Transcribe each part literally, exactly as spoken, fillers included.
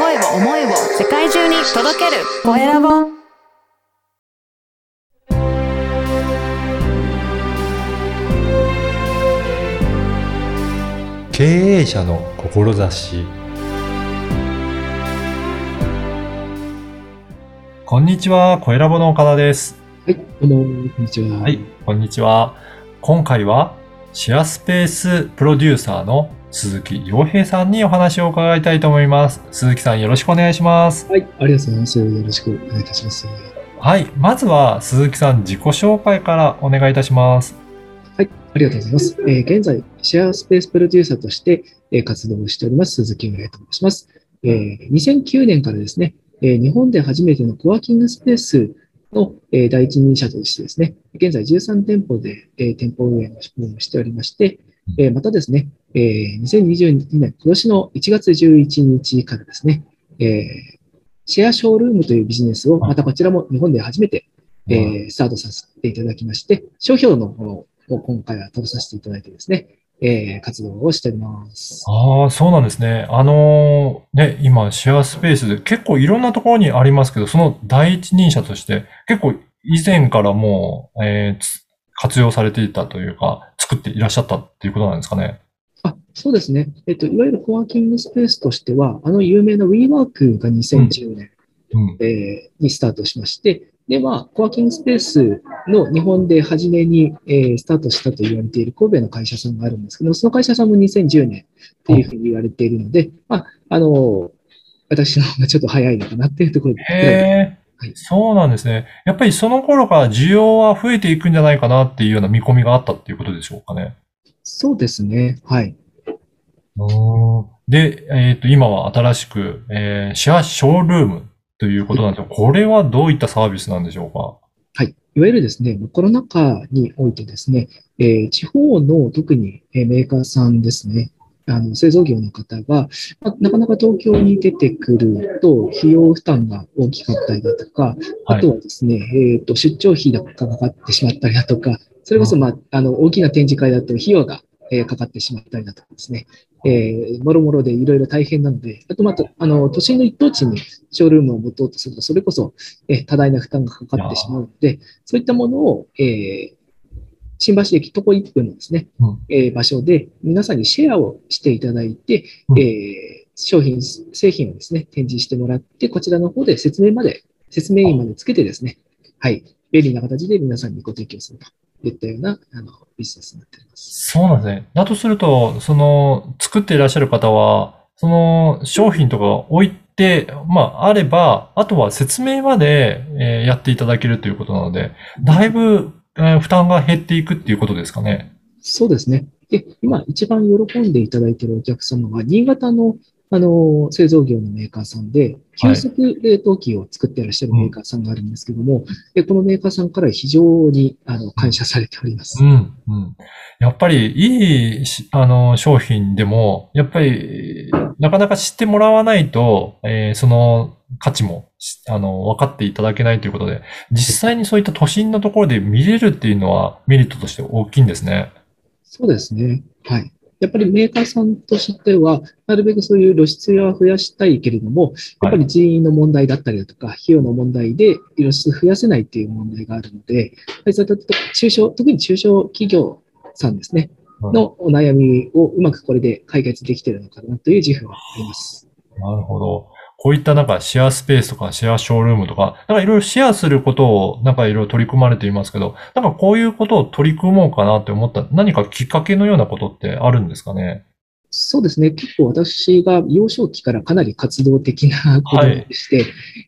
声を思いを世界中に届けるコエラボ。 経営者の志。こんにちは、コエラボの岡田です。 はい、どうも、こんにちは。 はい、こんにちは。今回はシェアスペースプロデューサーの鈴木洋平さんにお話を伺いたいと思います。鈴木さん、よろしくお願いします。 はい、ありがとうございます。よろしくお願いいたします。 はい、まずは鈴木さん、自己紹介からお願いいたします。 はい、ありがとうございます。えー、現在、シェアスペースプロデューサーとして、えー、活動をしております、鈴木洋平と申します。えー、にせんきゅうねんからですね、えー、日本で初めてのコワーキングスペースの、えー、第一人者としてですね、現在じゅうさんてんぽで、えー、店舗運営の職務をしておりまして、えー、またですね、えー、にせんにじゅうにねん、今年のいちがつじゅういちにちからですね、えー、シェアショールームというビジネスを、またこちらも日本で初めて、えー、スタートさせていただきまして、商標の方を今回は取らさせていただいてですね、えー、活動をしております。 ああ、そうなんですね。あのー、ね、今、シェアスペースで結構いろんなところにありますけど、その第一人者として結構以前からもう、えー、活用されていたというか、作っていらっしゃったっていうことなんですかね。 あ、そうですね。えっと、いわゆるコワーキングスペースとしては、あの有名な WeWork がにせんじゅうねん、うんうん、えー、にスタートしまして、で、まあ、コワーキングスペースの日本で初めに、えー、スタートしたと言われている神戸の会社さんがあるんですけど、その会社さんもにせんじゅうねんっていうふうに言われているので、まあ、あの、私の方がちょっと早いのかなっていうところで。 へー、はい、そうなんですね。やっぱりその頃から需要は増えていくんじゃないかなっていうような見込みがあったっていうことでしょうかね。 そうですね。はい。 で、えっと、今は新しく、えー、シェアショールームということなんですが、これはどういったサービスなんでしょうか？ はい。いわゆるですね、コロナ禍においてですね、えー、地方の特にメーカーさんですね、あの製造業の方が、まあ、なかなか東京に出てくると費用負担が大きかったりだとか、あとはですね、はい、えっと、出張費がかかってしまったりだとか、それこそ、まあ、あの、大きな展示会だと費用がえー、かかってしまったりだとかですね、えー、もろもろでいろいろ大変なので、あとまた、あの、都心の一等地にショールームを持とうとすると、それこそ、えー、多大な負担がかかってしまうので、そういったものを、えー、新橋駅徒歩いっぷんのですね、うん、えー、場所で皆さんにシェアをしていただいて、うん、えー、商品、製品をですね、展示してもらって、こちらの方で説明まで、説明員までつけてですね、はい、便利な形で皆さんにご提供するといったような、あの、ビジネスになっております。 そうなんですね。だとすると、その、作っていらっしゃる方は、その商品とか置いて、まあ、あれば、あとは説明まで、えー、やっていただけるということなので、だいぶ、えー、負担が減っていくっていうことですかね。 そうですね。で、今一番喜んでいただいているお客様は、新潟のあの、製造業のメーカーさんで、急速冷凍機を作っていらっしゃるメーカーさんがあるんですけども、うん、でこのメーカーさんから非常にあの感謝されております。 うん、うん。やっぱりいい、あの、商品でも、やっぱり、なかなか知ってもらわないと、えー、その価値も、あの、分かっていただけないということで、実際にそういった都心のところで見れるっていうのはメリットとして大きいんですね。 そうですね。はい。やっぱりメーカーさんとしては、なるべくそういう露出は増やしたいけれども、やっぱり人員の問題だったりだとか、費用の問題で露出増やせないっていう問題があるので、そういった中小、特に中小企業さんですね、のお悩みをうまくこれで解決できているのかなという自負があります。 なるほど。こういったなんかシェアスペースとかシェアショールームとか、なんかいろいろシェアすることをなんかいろいろ取り組まれていますけど、なんかこういうことを取り組もうかなって思った何かきっかけのようなことってあるんですかね？ そうですね。結構私が幼少期からかなり活動的な子供でして、はい、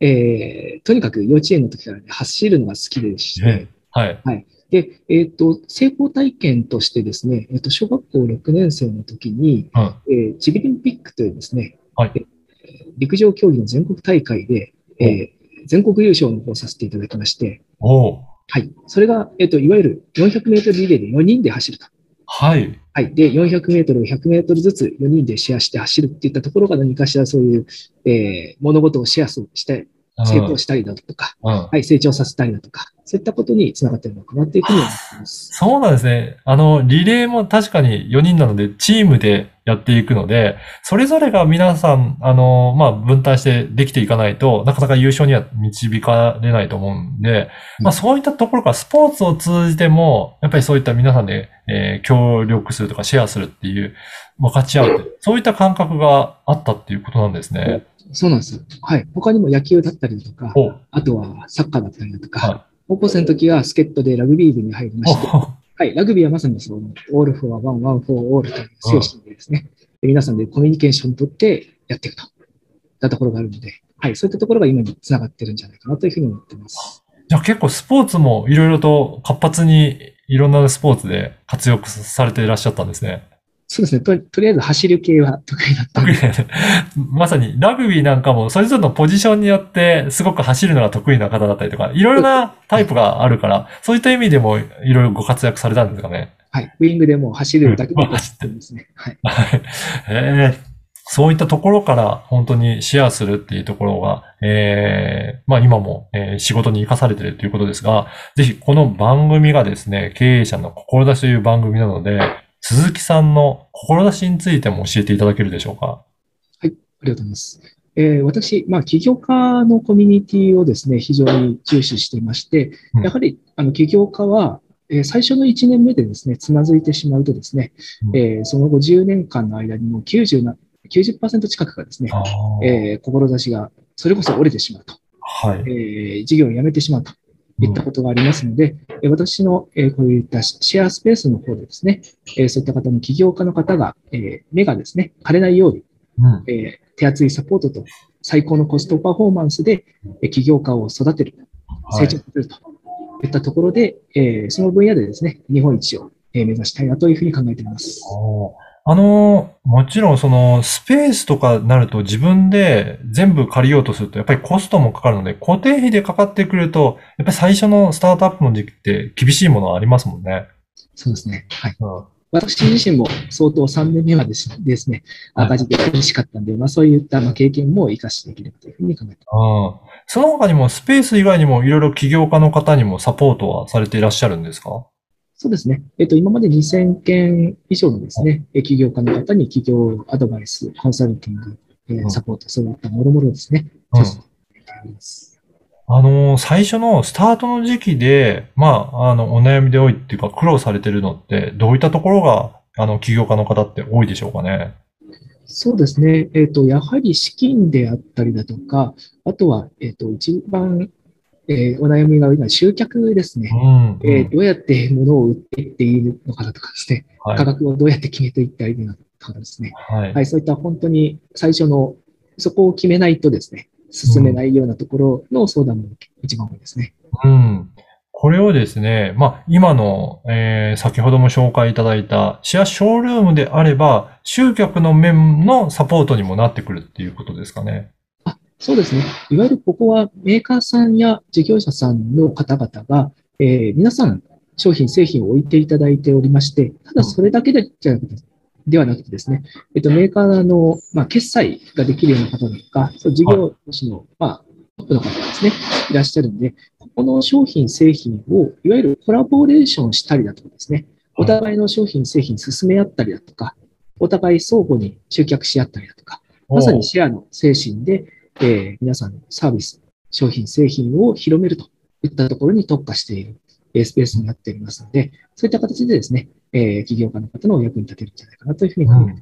えー、とにかく幼稚園の時から、ね、走るのが好きでして、 はい。 はい。で、えっと、成功体験としてですね、えっと、小学校ろくねん生の時に、うん、えー、チビリンピックというですね、はい、陸上競技の全国大会で、えー、全国優勝の方をさせていただきまして、 おはい。それが、えっと、いわゆるよんひゃくメートルリレーでよにんで走ると。 はい。 はい。で、よんひゃくメートルをひゃくメートルずつよにんでシェアして走るっていったところが何かしらそういう、えー、物事をシェアして、成功したりだとか、うん、はい、成長させたりだとか、そういったことにつながっているのかなというふうに思っています。 そうなんですね。あの、リレーも確かによにんなので、チームでやっていくので、それぞれが皆さん、あの、まあ、分担してできていかないと、なかなか優勝には導かれないと思うんで、まあ、そういったところからスポーツを通じても、やっぱりそういった皆さんで、えー協力するとかシェアするっていう、分かち合うって、そういった感覚があったっていうことなんですね。 そうなんですよ。はい。他にも野球だったりだとか、 お、 あとはサッカーだったりだとか、 は高校生の時は助っ人でラグビー部に入りまい。 して、 お、 はい。ラグビーはまさにその、オールフォアワン、ワンフォーオールという精神でですね、で皆さんでコミュニケーションを取ってやっていくといったところがあるので、はい。そういったところが今につながってるんじゃないかなというふうに思っています。 じゃあ結構スポーツもいろいろと活発にいろんなスポーツで活躍されていらっしゃったんですね。 そうですね。と、とりあえず走る系は得意だったんで、 特にね、まさにラグビーなんかもそれぞれのポジションによってすごく走るのが得意な方だったりとか、いろいろなタイプがあるから、そういった意味でもいろいろご活躍されたんですかね。 はい。ウィングでも走るだけでうんも走ってるんですね。はい。 はい。ええ、そういったところから本当にシェアするっていうところが、ええ、まあ今も、えー仕事に生かされているということですが、ぜひこの番組がですね、経営者の志という番組なので、鈴木さんの志についても教えていただけるでしょうか。 はい。ありがとうございます。えー私、まあ、起業家のコミュニティをですね、非常に重視していまして、 うんやはり、あの、起業家は、えー最初のいちねんめでですね、つまずいてしまうとですね、 うんえーその後じゅうねんかんの間にもうきゅうじゅうな、きゅうじゅっパーセント近くがですね、 ああ、 えー志がそれこそ折れてしまうと、 はい。 えー事業を辞めてしまうといったうんことがありますので、えー私の、えーこういったシェアスペースの方でですね、えーそういった方の起業家の方が、えー目がですね、枯れないように、 うんえー手厚いサポートと最高のコストパフォーマンスで、えー起業家を育てる、 はい。 成長させるといったところで、えーその分野でですね、日本一をえー目指したいなというふうに考えています。 おーあの、もちろんそのスペースとかなると自分で全部借りようとするとやっぱりコストもかかるので固定費でかかってくるとやっぱり最初のスタートアップの時期って厳しいものはありますもんね。 そうですね。はい。 うん。 私自身も相当さんねんめまでしですね、 はい。 赤字で苦しかったんで、まあそういったまあ経験も活かしていければというふうに考えています。 ああ。その他にもスペース以外にもいろいろ起業家の方にもサポートはされていらっしゃるんですか？ そうですね。えっと、今までにせんけん以上のですね、え起業家の方に起業アドバイス、コンサルティング、えーうん。 サポート、そういったもろもろですね、 うん。 させていただいております。 あの、最初のスタートの時期で、まあ、あの、お悩みで多いっていうか苦労されてるのってどういったところが、あの、起業家の方って多いでしょうかね。 そうですね。えっと、やはり資金であったりだとか、あとは、えっと、一番、えーお悩みが多いのは集客ですね。 うん、うん。 えーどうやって物を売っていっているのかだとかですね、 はい。 価格をどうやって決めていったらいいのかですね。 はい。 はい、そういった本当に最初の、そこを決めないとですね、進めうん。 ないようなところの相談も一番多いですね。 うん。これをですね、まあ、今の、えー先ほども紹介いただいたシェアショールームであれば、集客の面のサポートにもなってくるっていうことですかね。 あ、そうですね。いわゆるここはメーカーさんや事業者さんの方々が、えー皆さん商品、製品を置いていただいておりまして、ただうん。 それだけでじゃなくてではなくてですね、えっと、メーカーの、まあ、決済ができるような方とか、そう事はい。 業主の、まあ、トップの方がですね、いらっしゃるんで、ここの商品、製品を、いわゆるコラボレーションしたりだとかですね、おはい。 互いの商品、製品進め合ったりだとか、お互い相互に集客し合ったりだとか、まさにおう。 シェアの精神で、えー皆さんのサービス、商品、製品を広めるといったところに特化しているえースペースになっておりますので、そういった形でですね、えー起業家の方のお役に立てるんじゃないかなというふうに考えていうん。 ます。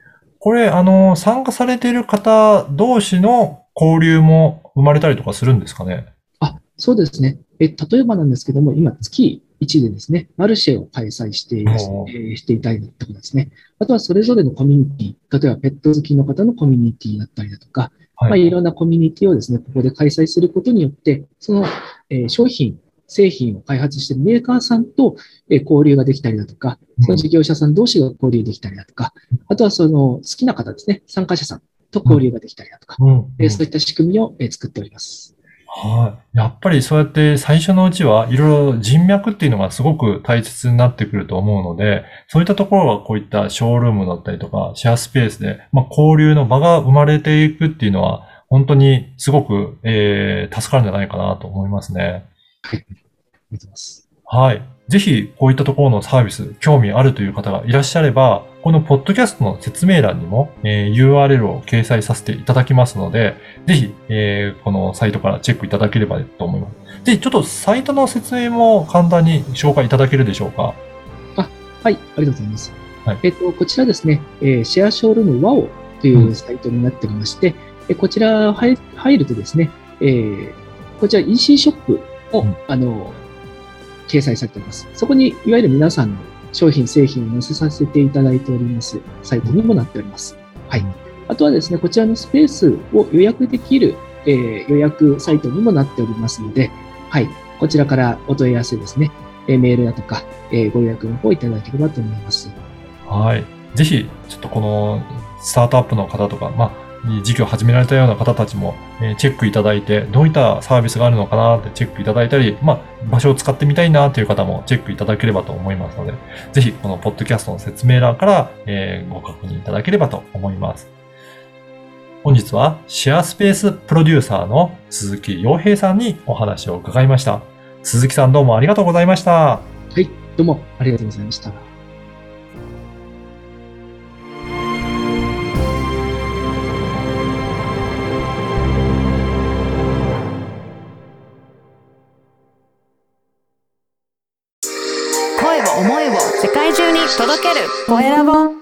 これ、あの、参加されている方同士の交流も生まれたりとかするんですかね。 あ、そうですね。え、例えばなんですけども、今、月いちでですね、マルシェを開催していらし、 おう。 えーしていたりとかですね。あとはそれぞれのコミュニティ、例えばペット好きの方のコミュニティだったりだとか、まあ、 はい。 いろんなコミュニティをですね、ここで開催することによって、その、えー商品、製品を開発しているメーカーさんと、えー交流ができたりだとか、そのうん。 事業者さん同士が交流できたりだとか、あとはその好きな方ですね、参加者さんとうん。 交流ができたりだとか、 うん。うん。 えーそういった仕組みを、えー作っております。 はい。やっぱりそうやって最初のうちはいろいろ人脈っていうのがすごく大切になってくると思うので、そういったところがこういったショールームだったりとか、シェアスペースで、まあ、交流の場が生まれていくっていうのは、本当にすごく、えー助かるんじゃないかなと思いますね。 はい、ありがとうございます。 はい。 ぜひこういったところのサービス、興味あるという方がいらっしゃれば、このポッドキャストの説明欄にも、えー ユーアールエル を掲載させていただきますので、ぜひ、えーこのサイトからチェックいただければと思います。ぜひちょっとサイトの説明も簡単に紹介いただけるでしょうか。 はい、ありがとうございます。 はいえっと、こちらですね、えーシェアショールームワオというサイトになっておりまして、えこちら入入るとですね、えーこちら イーシー ショップを、 うんあの、掲載されております。そこに、いわゆる皆さんの商品、製品を載せさせていただいておりますサイトにもなっております。はい。あとはですね、こちらのスペースを予約できる、えー予約サイトにもなっておりますので、はい。こちらからお問い合わせですね、えーメールだとか、えーご予約の方いただければと思います。 はい。ぜひ、ちょっとこのスタートアップの方とか、まあ、事業を始められたような方たちも、えーチェックいただいて、どういったサービスがあるのかなってチェックいただいたり、まあ、場所を使ってみたいなという方もチェックいただければと思いますので、ぜひ、このポッドキャストの説明欄から、えーご確認いただければと思います。本日は、シェアスペースプロデューサーの鈴木洋平さんにお話を伺いました。鈴木さんどうもありがとうございました。 はい。どうもありがとうございました。 声を思いを世界中に届けるコエラボ。